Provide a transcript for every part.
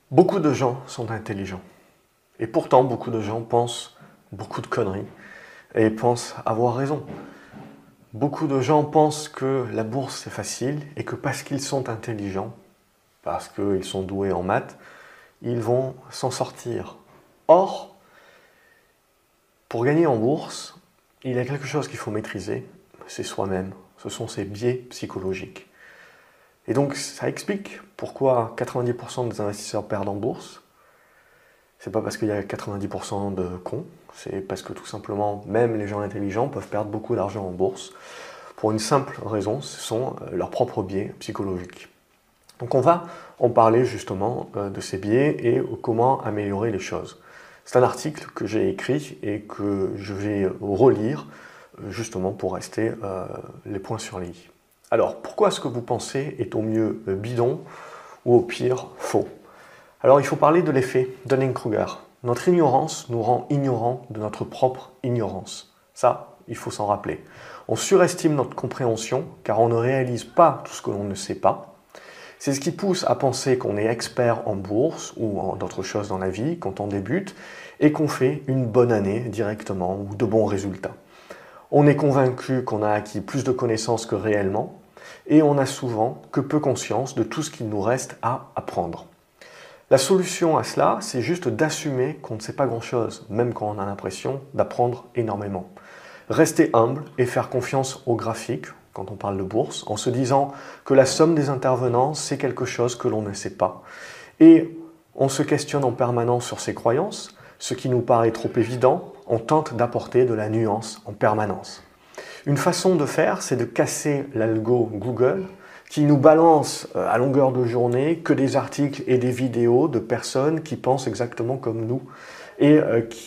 Beaucoup de gens sont intelligents. Et pourtant, beaucoup de gens pensent beaucoup de conneries et pensent avoir raison. Beaucoup de gens pensent que la bourse c'est facile et que parce qu'ils sont intelligents, parce qu'ils sont doués en maths, ils vont s'en sortir. Or, pour gagner en bourse, il y a quelque chose qu'il faut maîtriser, c'est soi-même. Ce sont ses biais psychologiques. Et donc, ça explique pourquoi 90% des investisseurs perdent en bourse. C'est pas parce qu'il y a 90% de cons, c'est parce que tout simplement, même les gens intelligents peuvent perdre beaucoup d'argent en bourse pour une simple raison, ce sont leurs propres biais psychologiques. Donc on va en parler justement de ces biais et comment améliorer les choses. C'est un article que j'ai écrit et que je vais relire justement pour rester les points sur les i. Alors, pourquoi ce que vous pensez est au mieux bidon ou au pire faux? Alors, il faut parler de l'effet Dunning-Kruger. Notre ignorance nous rend ignorants de notre propre ignorance. Ça, il faut s'en rappeler. On surestime notre compréhension car on ne réalise pas tout ce que l'on ne sait pas. C'est ce qui pousse à penser qu'on est expert en bourse ou en d'autres choses dans la vie quand on débute et qu'on fait une bonne année directement ou de bons résultats. On est convaincu qu'on a acquis plus de connaissances que réellement et on n'a souvent que peu conscience de tout ce qu'il nous reste à apprendre. La solution à cela, c'est juste d'assumer qu'on ne sait pas grand-chose, même quand on a l'impression d'apprendre énormément. Rester humble et faire confiance aux graphiques, quand on parle de bourse, en se disant que la somme des intervenants, c'est quelque chose que l'on ne sait pas. Et on se questionne en permanence sur ses croyances, ce qui nous paraît trop évident, on tente d'apporter de la nuance en permanence. Une façon de faire, c'est de casser l'algo Google qui nous balance à longueur de journée que des articles et des vidéos de personnes qui pensent exactement comme nous. Et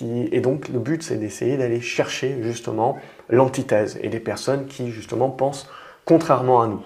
donc le but, c'est d'essayer d'aller chercher justement l'antithèse et des personnes qui justement pensent contrairement à nous.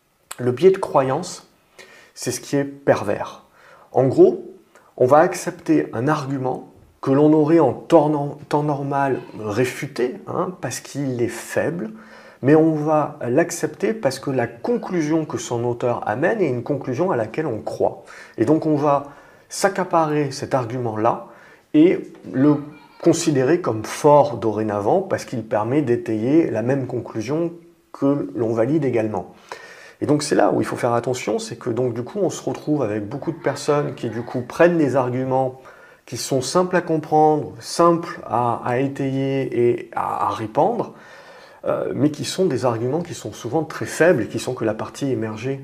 Le biais de croyance, c'est ce qui est pervers. En gros, on va accepter un argument que l'on aurait en temps normal réfuté, parce qu'il est faible, mais on va l'accepter parce que la conclusion que son auteur amène est une conclusion à laquelle on croit. Et donc on va s'accaparer cet argument-là et le considérer comme fort dorénavant parce qu'il permet d'étayer la même conclusion que l'on valide également. Et donc c'est là où il faut faire attention, c'est que donc du coup on se retrouve avec beaucoup de personnes qui du coup prennent des arguments qui sont simples à comprendre, simples à étayer et à répandre, mais qui sont des arguments qui sont souvent très faibles et qui sont que la partie émergée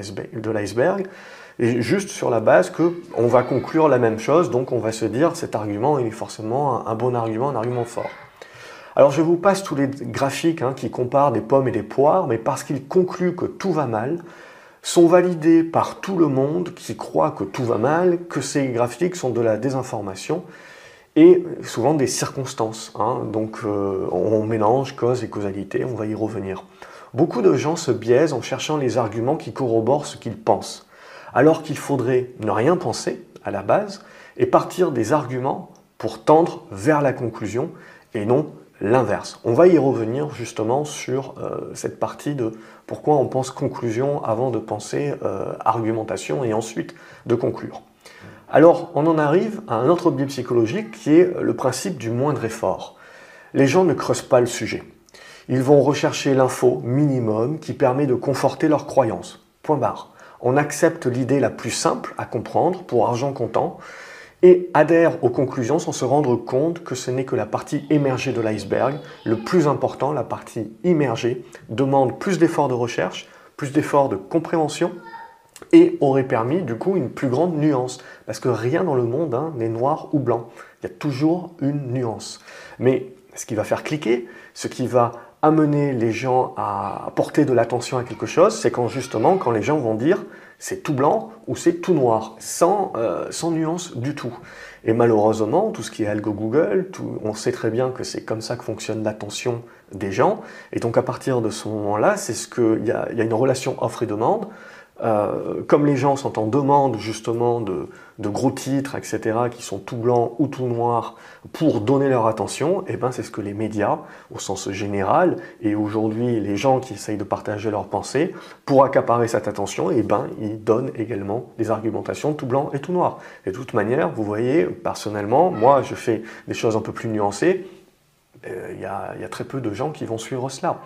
de l'iceberg, et juste sur la base qu'on va conclure la même chose, donc on va se dire cet argument est forcément un bon argument, un argument fort. Alors je vous passe tous les graphiques qui comparent des pommes et des poires, mais parce qu'ils concluent que tout va mal, sont validés par tout le monde qui croit que tout va mal, que ces graphiques sont de la désinformation, et souvent des circonstances. Donc on mélange cause et causalité, on va y revenir. Beaucoup de gens se biaisent en cherchant les arguments qui corroborent ce qu'ils pensent, alors qu'il faudrait ne rien penser à la base et partir des arguments pour tendre vers la conclusion et non l'inverse. On va y revenir justement sur cette partie de pourquoi on pense conclusion avant de penser argumentation et ensuite de conclure. Alors, on en arrive à un autre biais psychologique qui est le principe du moindre effort. Les gens ne creusent pas le sujet. Ils vont rechercher l'info minimum qui permet de conforter leurs croyances. Point barre. On accepte l'idée la plus simple à comprendre pour argent comptant et adhère aux conclusions sans se rendre compte que ce n'est que la partie émergée de l'iceberg. Le plus important, la partie immergée, demande plus d'efforts de recherche, plus d'efforts de compréhension et aurait permis du coup une plus grande nuance. Parce que rien dans le monde n'est noir ou blanc. Il y a toujours une nuance. Mais ce qui va faire cliquer, ce qui va amener les gens à porter de l'attention à quelque chose, c'est quand justement, quand les gens vont dire c'est tout blanc ou c'est tout noir, sans nuance du tout. Et malheureusement, tout ce qui est algo Google, on sait très bien que c'est comme ça que fonctionne l'attention des gens. Et donc à partir de ce moment-là, il y a une relation offre et demande. Comme les gens sont en demande justement de gros titres, etc., qui sont tout blancs ou tout noirs pour donner leur attention, et ben c'est ce que les médias, au sens général, et aujourd'hui les gens qui essayent de partager leurs pensées, pour accaparer cette attention, et ben ils donnent également des argumentations tout blanc et tout noir. Et de toute manière, vous voyez, personnellement, moi je fais des choses un peu plus nuancées, il y a très peu de gens qui vont suivre cela.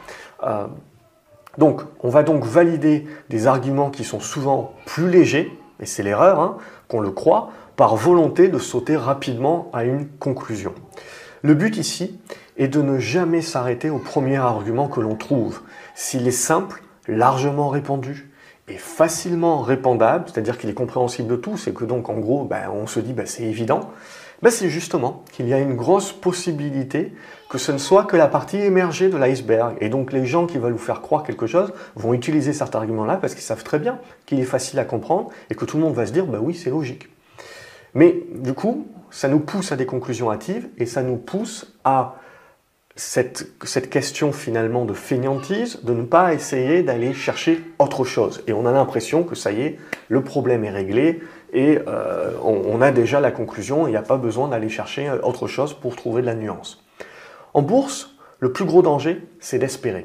Donc, on va donc valider des arguments qui sont souvent plus légers, et c'est l'erreur, hein, qu'on le croit, par volonté de sauter rapidement à une conclusion. Le but ici est de ne jamais s'arrêter au premier argument que l'on trouve. S'il est simple, largement répandu et facilement répandable, c'est-à-dire qu'il est compréhensible de tous, et que donc en gros, on se dit c'est évident, c'est justement qu'il y a une grosse possibilité que ce ne soit que la partie émergée de l'iceberg. Et donc les gens qui veulent vous faire croire quelque chose vont utiliser cet argument-là parce qu'ils savent très bien qu'il est facile à comprendre et que tout le monde va se dire oui, c'est logique. Mais du coup, ça nous pousse à des conclusions hâtives et ça nous pousse à cette question finalement de fainéantise, de ne pas essayer d'aller chercher autre chose. Et on a l'impression que ça y est, le problème est réglé et on a déjà la conclusion, il n'y a pas besoin d'aller chercher autre chose pour trouver de la nuance. En bourse, le plus gros danger, c'est d'espérer.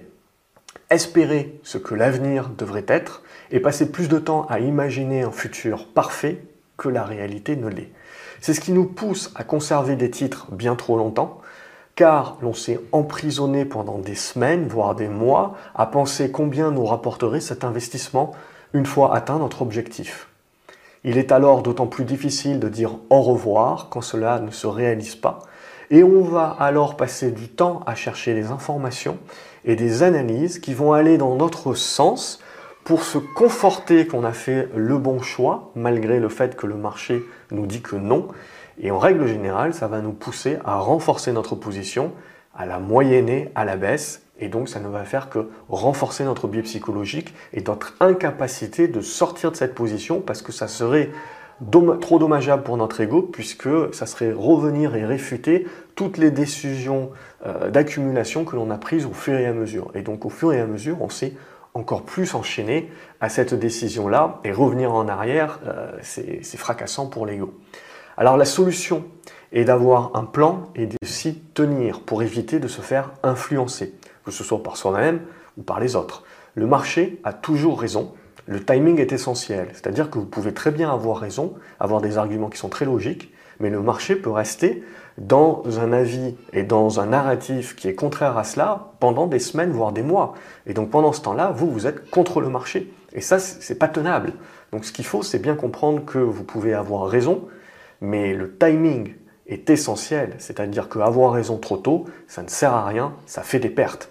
Espérer ce que l'avenir devrait être et passer plus de temps à imaginer un futur parfait que la réalité ne l'est. C'est ce qui nous pousse à conserver des titres bien trop longtemps, car l'on s'est emprisonné pendant des semaines, voire des mois, à penser combien nous rapporterait cet investissement une fois atteint notre objectif. Il est alors d'autant plus difficile de dire au revoir quand cela ne se réalise pas, et on va alors passer du temps à chercher des informations et des analyses qui vont aller dans notre sens pour se conforter qu'on a fait le bon choix, malgré le fait que le marché nous dit que non. Et en règle générale, ça va nous pousser à renforcer notre position, à la moyenner à la baisse, et donc ça ne va faire que renforcer notre biais psychologique et notre incapacité de sortir de cette position parce que ça serait trop dommageable pour notre ego puisque ça serait revenir et réfuter toutes les décisions d'accumulation que l'on a prises au fur et à mesure. Et donc au fur et à mesure, on s'est encore plus enchaîné à cette décision-là et revenir en arrière, c'est fracassant pour l'ego. Alors la solution est d'avoir un plan et de s'y tenir pour éviter de se faire influencer, que ce soit par soi-même ou par les autres. Le marché a toujours raison, le timing est essentiel, c'est-à-dire que vous pouvez très bien avoir raison, avoir des arguments qui sont très logiques, mais le marché peut rester dans un avis et dans un narratif qui est contraire à cela pendant des semaines, voire des mois. Et donc pendant ce temps-là, vous êtes contre le marché. Et ça, c'est pas tenable. Donc ce qu'il faut, c'est bien comprendre que vous pouvez avoir raison, mais le timing est essentiel, c'est-à-dire qu'avoir raison trop tôt, ça ne sert à rien, ça fait des pertes.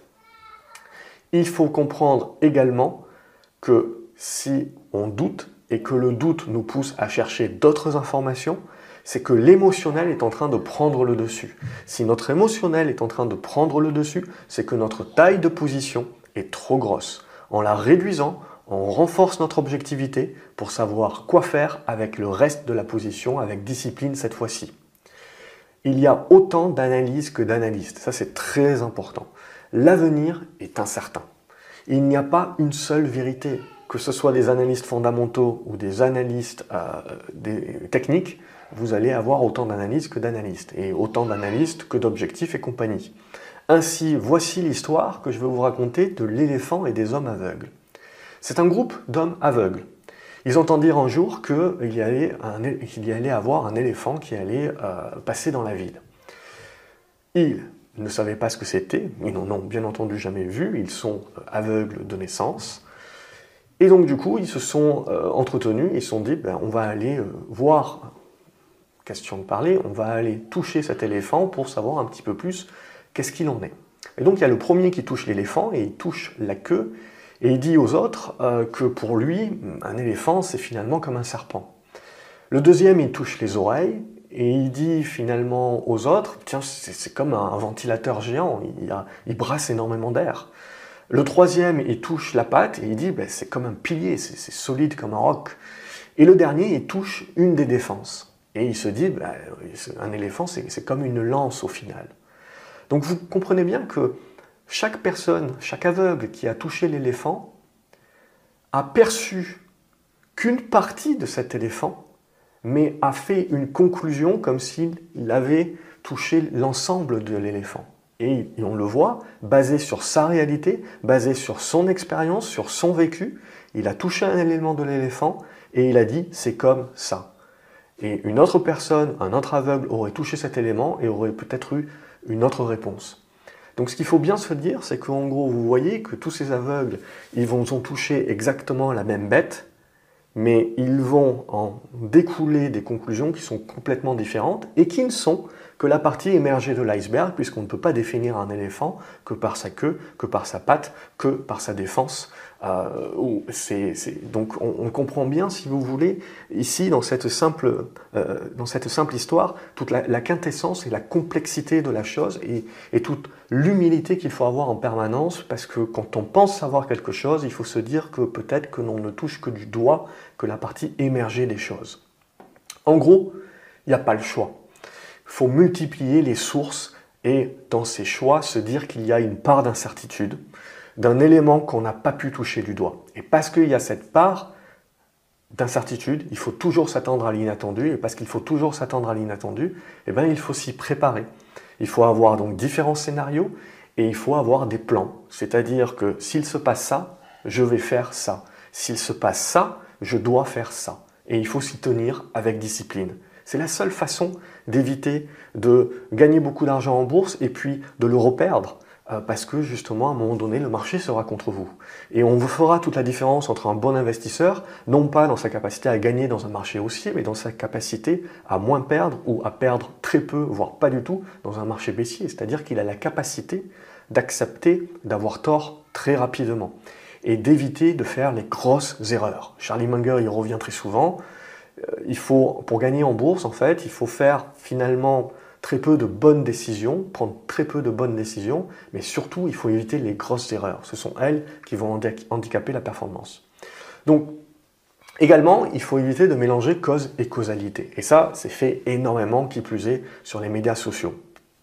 Il faut comprendre également que si on doute et que le doute nous pousse à chercher d'autres informations, c'est que l'émotionnel est en train de prendre le dessus. Si notre émotionnel est en train de prendre le dessus, c'est que notre taille de position est trop grosse. En la réduisant, on renforce notre objectivité pour savoir quoi faire avec le reste de la position, avec discipline cette fois-ci. Il y a autant d'analyses que d'analystes, ça c'est très important. L'avenir est incertain. Il n'y a pas une seule vérité, que ce soit des analystes fondamentaux ou des analystes techniques, vous allez avoir autant d'analyses que d'analystes, et autant d'analystes que d'objectifs et compagnie. Ainsi, voici l'histoire que je vais vous raconter de l'éléphant et des hommes aveugles. C'est un groupe d'hommes aveugles. Ils entendirent un jour qu'il y allait avoir un éléphant qui allait passer dans la ville. Ils ne savaient pas ce que c'était, ils n'en ont bien entendu jamais vu, ils sont aveugles de naissance. Et donc du coup, ils se sont entretenus, ils se sont dit, on va aller voir, question de parler, on va aller toucher cet éléphant pour savoir un petit peu plus qu'est-ce qu'il en est. Et donc il y a le premier qui touche l'éléphant et il touche la queue, et il dit aux autres que pour lui, un éléphant, c'est finalement comme un serpent. Le deuxième, il touche les oreilles, et il dit finalement aux autres, tiens, c'est comme un ventilateur géant, il brasse énormément d'air. Le troisième, il touche la patte, et il dit, c'est comme un pilier, c'est solide comme un roc. Et le dernier, il touche une des défenses. Et il se dit, un éléphant, c'est comme une lance au final. Donc vous comprenez bien que chaque personne, chaque aveugle qui a touché l'éléphant a perçu qu'une partie de cet éléphant, mais a fait une conclusion comme s'il avait touché l'ensemble de l'éléphant. Et on le voit, basé sur sa réalité, basé sur son expérience, sur son vécu, il a touché un élément de l'éléphant et il a dit « c'est comme ça ». Et une autre personne, un autre aveugle, aurait touché cet élément et aurait peut-être eu une autre réponse. Donc ce qu'il faut bien se dire, c'est qu'en gros, vous voyez que tous ces aveugles, ils vont toucher exactement la même bête, mais ils vont en découler des conclusions qui sont complètement différentes et qui ne sont que la partie émergée de l'iceberg, puisqu'on ne peut pas définir un éléphant que par sa queue, que par sa patte, que par sa défense. Donc on comprend bien, si vous voulez, ici, dans cette simple histoire, toute la quintessence et la complexité de la chose et toute l'humilité qu'il faut avoir en permanence, parce que quand on pense savoir quelque chose, il faut se dire que peut-être que l'on ne touche que du doigt que la partie émergée des choses. En gros, il n'y a pas le choix. Il faut multiplier les sources et dans ces choix se dire qu'il y a une part d'incertitude, d'un élément qu'on n'a pas pu toucher du doigt. Et parce qu'il y a cette part d'incertitude, il faut toujours s'attendre à l'inattendu, et parce qu'il faut toujours s'attendre à l'inattendu, eh bien, il faut s'y préparer. Il faut avoir donc différents scénarios et il faut avoir des plans. C'est-à-dire que s'il se passe ça, je vais faire ça. S'il se passe ça, je dois faire ça. Et il faut s'y tenir avec discipline. C'est la seule façon d'éviter de gagner beaucoup d'argent en bourse et puis de le reperdre. Parce que justement, à un moment donné, le marché sera contre vous. Et on vous fera toute la différence entre un bon investisseur, non pas dans sa capacité à gagner dans un marché haussier, mais dans sa capacité à moins perdre ou à perdre très peu, voire pas du tout, dans un marché baissier. C'est-à-dire qu'il a la capacité d'accepter d'avoir tort très rapidement et d'éviter de faire les grosses erreurs. Charlie Munger y revient très souvent. Pour gagner en bourse, en fait, il faut faire finalement très peu de bonnes décisions, prendre très peu de bonnes décisions, mais surtout, il faut éviter les grosses erreurs. Ce sont elles qui vont handicaper la performance. Donc, également, il faut éviter de mélanger cause et causalité. Et ça, c'est fait énormément, qui plus est, sur les médias sociaux.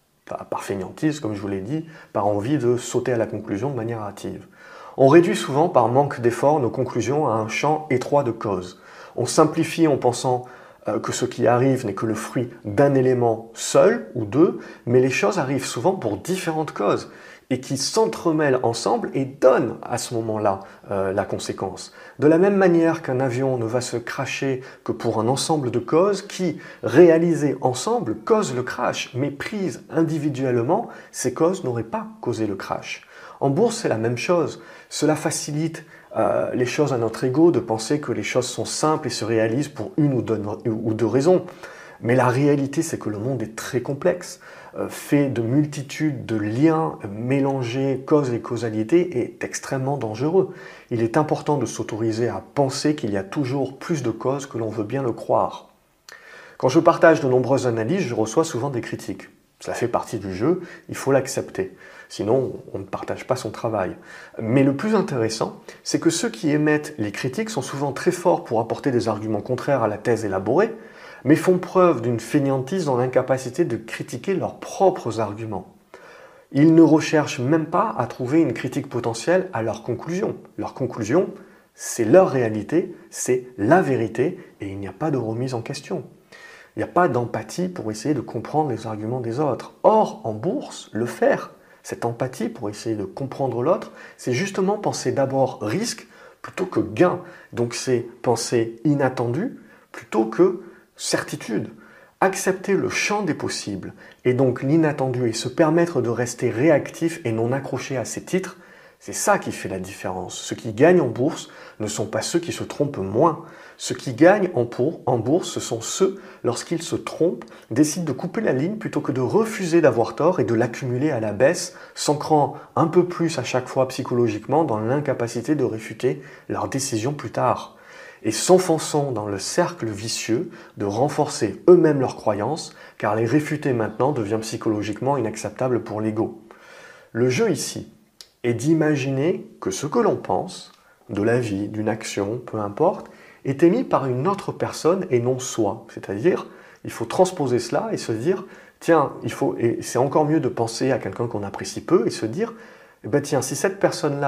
Par fainéantise, comme je vous l'ai dit, par envie de sauter à la conclusion de manière hâtive. On réduit souvent, par manque d'effort, nos conclusions à un champ étroit de causes. On simplifie en pensant que ce qui arrive n'est que le fruit d'un élément seul ou deux, mais les choses arrivent souvent pour différentes causes et qui s'entremêlent ensemble et donnent à ce moment-là la conséquence. De la même manière qu'un avion ne va se crasher que pour un ensemble de causes qui, réalisées ensemble, causent le crash, mais prises individuellement, ces causes n'auraient pas causé le crash. En bourse, c'est la même chose. Cela facilite les choses à notre ego de penser que les choses sont simples et se réalisent pour une ou deux raisons. Mais la réalité, c'est que le monde est très complexe, fait de multitudes de liens mélangés, causes et causalités, est extrêmement dangereux. Il est important de s'autoriser à penser qu'il y a toujours plus de causes que l'on veut bien le croire. Quand je partage de nombreuses analyses, je reçois souvent des critiques. Ça fait partie du jeu, il faut l'accepter. Sinon, on ne partage pas son travail. Mais le plus intéressant, c'est que ceux qui émettent les critiques sont souvent très forts pour apporter des arguments contraires à la thèse élaborée, mais font preuve d'une fainéantise dans l'incapacité de critiquer leurs propres arguments. Ils ne recherchent même pas à trouver une critique potentielle à leurs conclusions. Leurs conclusions, c'est leur réalité, c'est la vérité, et il n'y a pas de remise en question. Il n'y a pas d'empathie pour essayer de comprendre les arguments des autres. Or, en bourse, le faire, cette empathie pour essayer de comprendre l'autre, c'est justement penser d'abord risque plutôt que gain. Donc c'est penser inattendu plutôt que certitude. Accepter le champ des possibles et donc l'inattendu et se permettre de rester réactif et non accroché à ses titres, c'est ça qui fait la différence. Ceux qui gagnent en bourse ne sont pas ceux qui se trompent moins. Ceux qui gagnent en bourse, ce sont ceux, lorsqu'ils se trompent, décident de couper la ligne plutôt que de refuser d'avoir tort et de l'accumuler à la baisse, s'ancrant un peu plus à chaque fois psychologiquement dans l'incapacité de réfuter leur décision plus tard. Et s'enfonçant dans le cercle vicieux de renforcer eux-mêmes leurs croyances, car les réfuter maintenant devient psychologiquement inacceptable pour l'ego. Le jeu ici est d'imaginer que ce que l'on pense, de la vie, d'une action, peu importe, est émis par une autre personne et non soi. C'est-à-dire, il faut transposer cela et se dire, tiens, et c'est encore mieux de penser à quelqu'un qu'on apprécie peu et se dire, eh ben tiens, si cette personne-là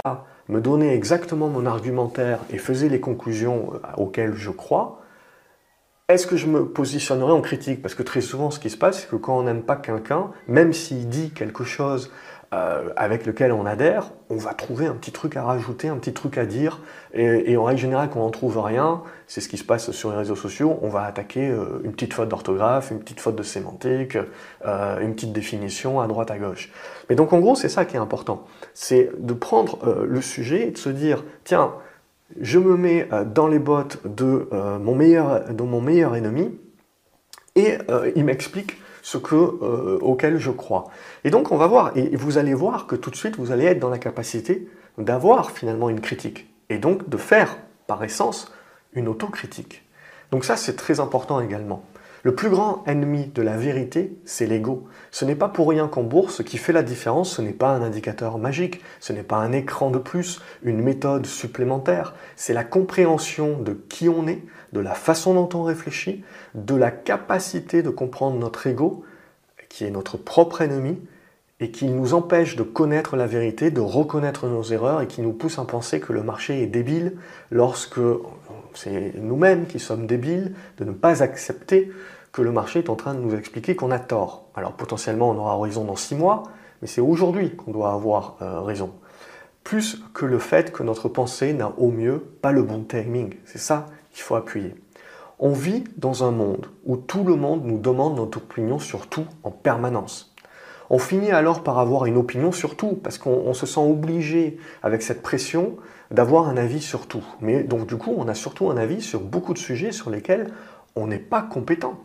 me donnait exactement mon argumentaire et faisait les conclusions auxquelles je crois, est-ce que je me positionnerais en critique? Parce que très souvent, ce qui se passe, c'est que quand on n'aime pas quelqu'un, même s'il dit quelque chose avec lequel on adhère, on va trouver un petit truc à rajouter, un petit truc à dire. Et en règle générale, quand on ne trouve rien, c'est ce qui se passe sur les réseaux sociaux, on va attaquer une petite faute d'orthographe, une petite faute de sémantique, une petite définition à droite à gauche. Mais donc en gros, c'est ça qui est important. C'est de prendre le sujet et de se dire, tiens, je me mets dans les bottes de mon meilleur ennemi et il m'explique auquel je crois. Et donc on va voir, et vous allez voir que tout de suite vous allez être dans la capacité d'avoir finalement une critique et donc de faire par essence une autocritique. Donc ça c'est très important également. Le plus grand ennemi de la vérité, c'est l'ego. Ce n'est pas pour rien qu'en bourse, ce qui fait la différence, ce n'est pas un indicateur magique, ce n'est pas un écran de plus, une méthode supplémentaire. C'est la compréhension de qui on est, de la façon dont on réfléchit, de la capacité de comprendre notre ego, qui est notre propre ennemi, et qui nous empêche de connaître la vérité, de reconnaître nos erreurs, et qui nous pousse à penser que le marché est débile lorsque c'est nous-mêmes qui sommes débiles, de ne pas accepter que le marché est en train de nous expliquer qu'on a tort. Alors potentiellement on aura raison dans 6 mois, mais c'est aujourd'hui qu'on doit avoir raison. Plus que le fait que notre pensée n'a au mieux pas le bon timing. C'est ça qu'il faut appuyer. On vit dans un monde où tout le monde nous demande notre opinion sur tout en permanence. On finit alors par avoir une opinion sur tout, parce qu'on se sent obligé, avec cette pression, d'avoir un avis sur tout. Mais donc du coup, on a surtout un avis sur beaucoup de sujets sur lesquels on n'est pas compétent.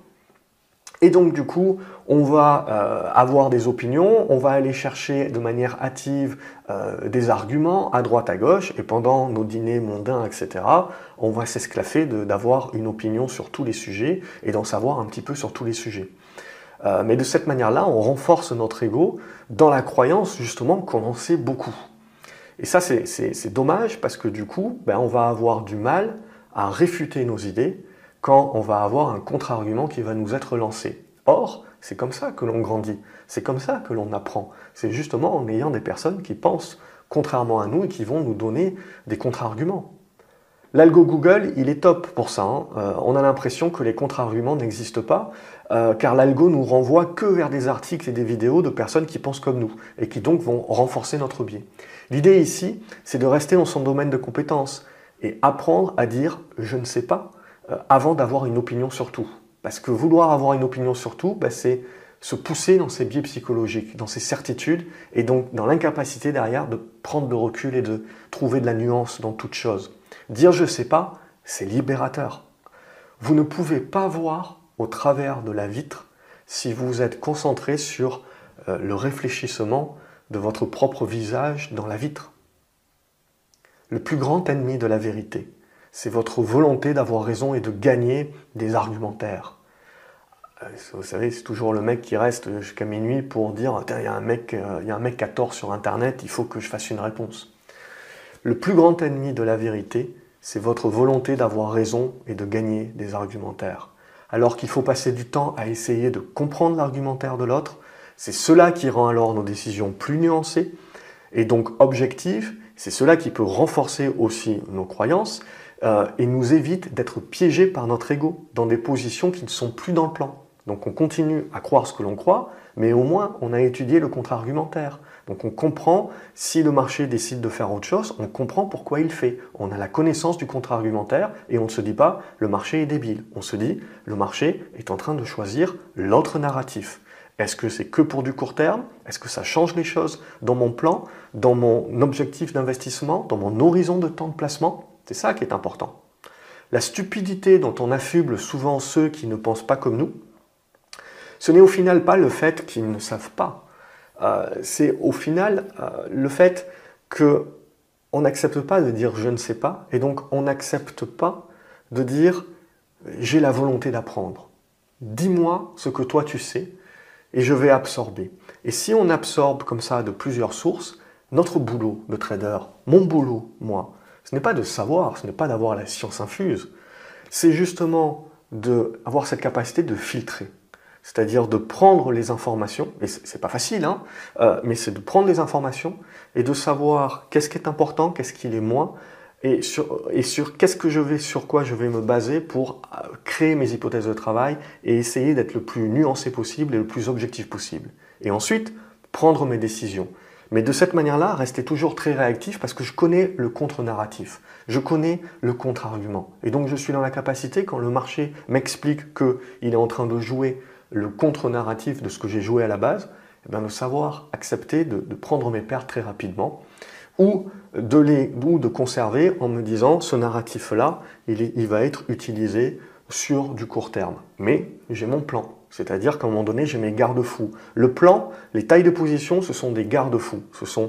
Et donc du coup, on va avoir des opinions, on va aller chercher de manière hâtive des arguments à droite à gauche, et pendant nos dîners mondains, etc., on va s'esclaffer d'avoir une opinion sur tous les sujets et d'en savoir un petit peu sur tous les sujets. Mais de cette manière-là, on renforce notre ego dans la croyance justement qu'on en sait beaucoup. Et ça, c'est dommage parce que du coup, on va avoir du mal à réfuter nos idées quand on va avoir un contre-argument qui va nous être lancé. Or, c'est comme ça que l'on grandit, c'est comme ça que l'on apprend. C'est justement en ayant des personnes qui pensent contrairement à nous et qui vont nous donner des contre-arguments. L'algo Google, il est top pour ça. On a l'impression que les contre-arguments n'existent pas, car l'algo nous renvoie que vers des articles et des vidéos de personnes qui pensent comme nous, et qui donc vont renforcer notre biais. L'idée ici, c'est de rester dans son domaine de compétence, et apprendre à dire « je ne sais pas » avant d'avoir une opinion sur tout. Parce que vouloir avoir une opinion sur tout, c'est se pousser dans ses biais psychologiques, dans ses certitudes, et donc dans l'incapacité derrière de prendre de recul et de trouver de la nuance dans toute chose. Dire « je ne sais pas », c'est libérateur. Vous ne pouvez pas voir au travers de la vitre si vous êtes concentré sur le réfléchissement de votre propre visage dans la vitre. Le plus grand ennemi de la vérité, c'est votre volonté d'avoir raison et de gagner des argumentaires. Vous savez, c'est toujours le mec qui reste jusqu'à minuit pour dire « il y a un mec qui a tort sur Internet, il faut que je fasse une réponse ». Le plus grand ennemi de la vérité, c'est votre volonté d'avoir raison et de gagner des argumentaires. Alors qu'il faut passer du temps à essayer de comprendre l'argumentaire de l'autre, c'est cela qui rend alors nos décisions plus nuancées et donc objectives, c'est cela qui peut renforcer aussi nos croyances et nous évite d'être piégés par notre ego dans des positions qui ne sont plus dans le plan. Donc on continue à croire ce que l'on croit, mais au moins on a étudié le contre-argumentaire. Donc on comprend, si le marché décide de faire autre chose, on comprend pourquoi il fait. On a la connaissance du contre-argumentaire et on ne se dit pas « le marché est débile ». On se dit « le marché est en train de choisir l'autre narratif ». Est-ce que c'est que pour du court terme? Est-ce que ça change les choses dans mon plan, dans mon objectif d'investissement, dans mon horizon de temps de placement? C'est ça qui est important. La stupidité dont on affuble souvent ceux qui ne pensent pas comme nous, ce n'est au final pas le fait qu'ils ne savent pas. C'est au final le fait qu'on n'accepte pas de dire « je ne sais pas » et donc on n'accepte pas de dire « j'ai la volonté d'apprendre ». Dis-moi ce que toi tu sais et je vais absorber. Et si on absorbe comme ça de plusieurs sources, notre boulot de trader, mon boulot, moi, ce n'est pas de savoir, ce n'est pas d'avoir la science infuse, c'est justement d'avoir cette capacité de filtrer. c'est-à-dire de prendre les informations, et c'est pas facile, hein, mais c'est de prendre les informations et de savoir qu'est-ce qui est important, qu'est-ce qui l'est moins, et sur sur quoi je vais me baser pour créer mes hypothèses de travail et essayer d'être le plus nuancé possible et le plus objectif possible. Et ensuite, prendre mes décisions. Mais de cette manière-là, rester toujours très réactif parce que je connais le contre-narratif, je connais le contre-argument. Et donc je suis dans la capacité, quand le marché m'explique qu'il est en train de jouer le contre-narratif de ce que j'ai joué à la base, eh bien de savoir accepter de prendre mes pertes très rapidement ou de conserver en me disant ce narratif-là, il va être utilisé sur du court terme. Mais j'ai mon plan. C'est-à-dire qu'à un moment donné, j'ai mes garde-fous. Le plan, les tailles de position, ce sont des garde-fous.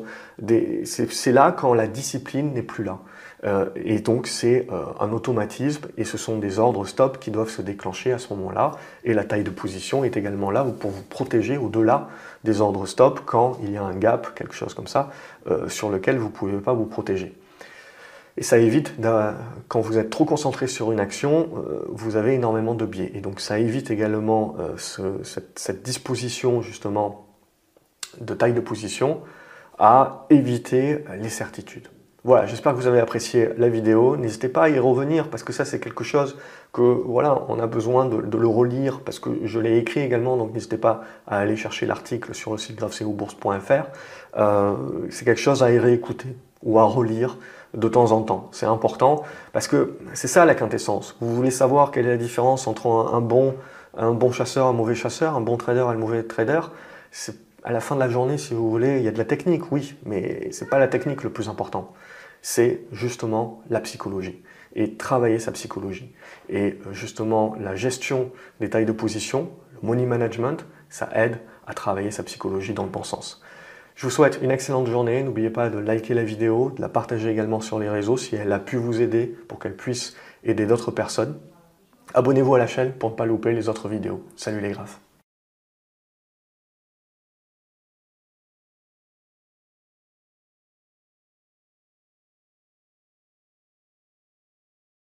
C'est là quand la discipline n'est plus là. Et donc, c'est un automatisme et ce sont des ordres stop qui doivent se déclencher à ce moment-là. Et la taille de position est également là pour vous protéger au-delà des ordres stop quand il y a un gap, quelque chose comme ça, sur lequel vous ne pouvez pas vous protéger. Et ça évite, quand vous êtes trop concentré sur une action, vous avez énormément de biais. Et donc ça évite également cette disposition justement de taille de position à éviter les certitudes. Voilà, j'espère que vous avez apprécié la vidéo. N'hésitez pas à y revenir parce que ça c'est quelque chose que voilà, on a besoin de le relire parce que je l'ai écrit également, donc n'hésitez pas à aller chercher l'article sur le site grafceobourse.fr. C'est quelque chose à y réécouter ou à relire de temps en temps. C'est important parce que c'est ça la quintessence. Vous voulez savoir quelle est la différence entre un bon chasseur, un mauvais chasseur, un bon trader et un mauvais trader. À la fin de la journée, si vous voulez, il y a de la technique, oui, mais c'est pas la technique le plus important. C'est justement la psychologie et travailler sa psychologie. Et justement, la gestion des tailles de position, le money management, ça aide à travailler sa psychologie dans le bon sens. Je vous souhaite une excellente journée. N'oubliez pas de liker la vidéo, de la partager également sur les réseaux si elle a pu vous aider pour qu'elle puisse aider d'autres personnes. Abonnez-vous à la chaîne pour ne pas louper les autres vidéos. Salut les graphes.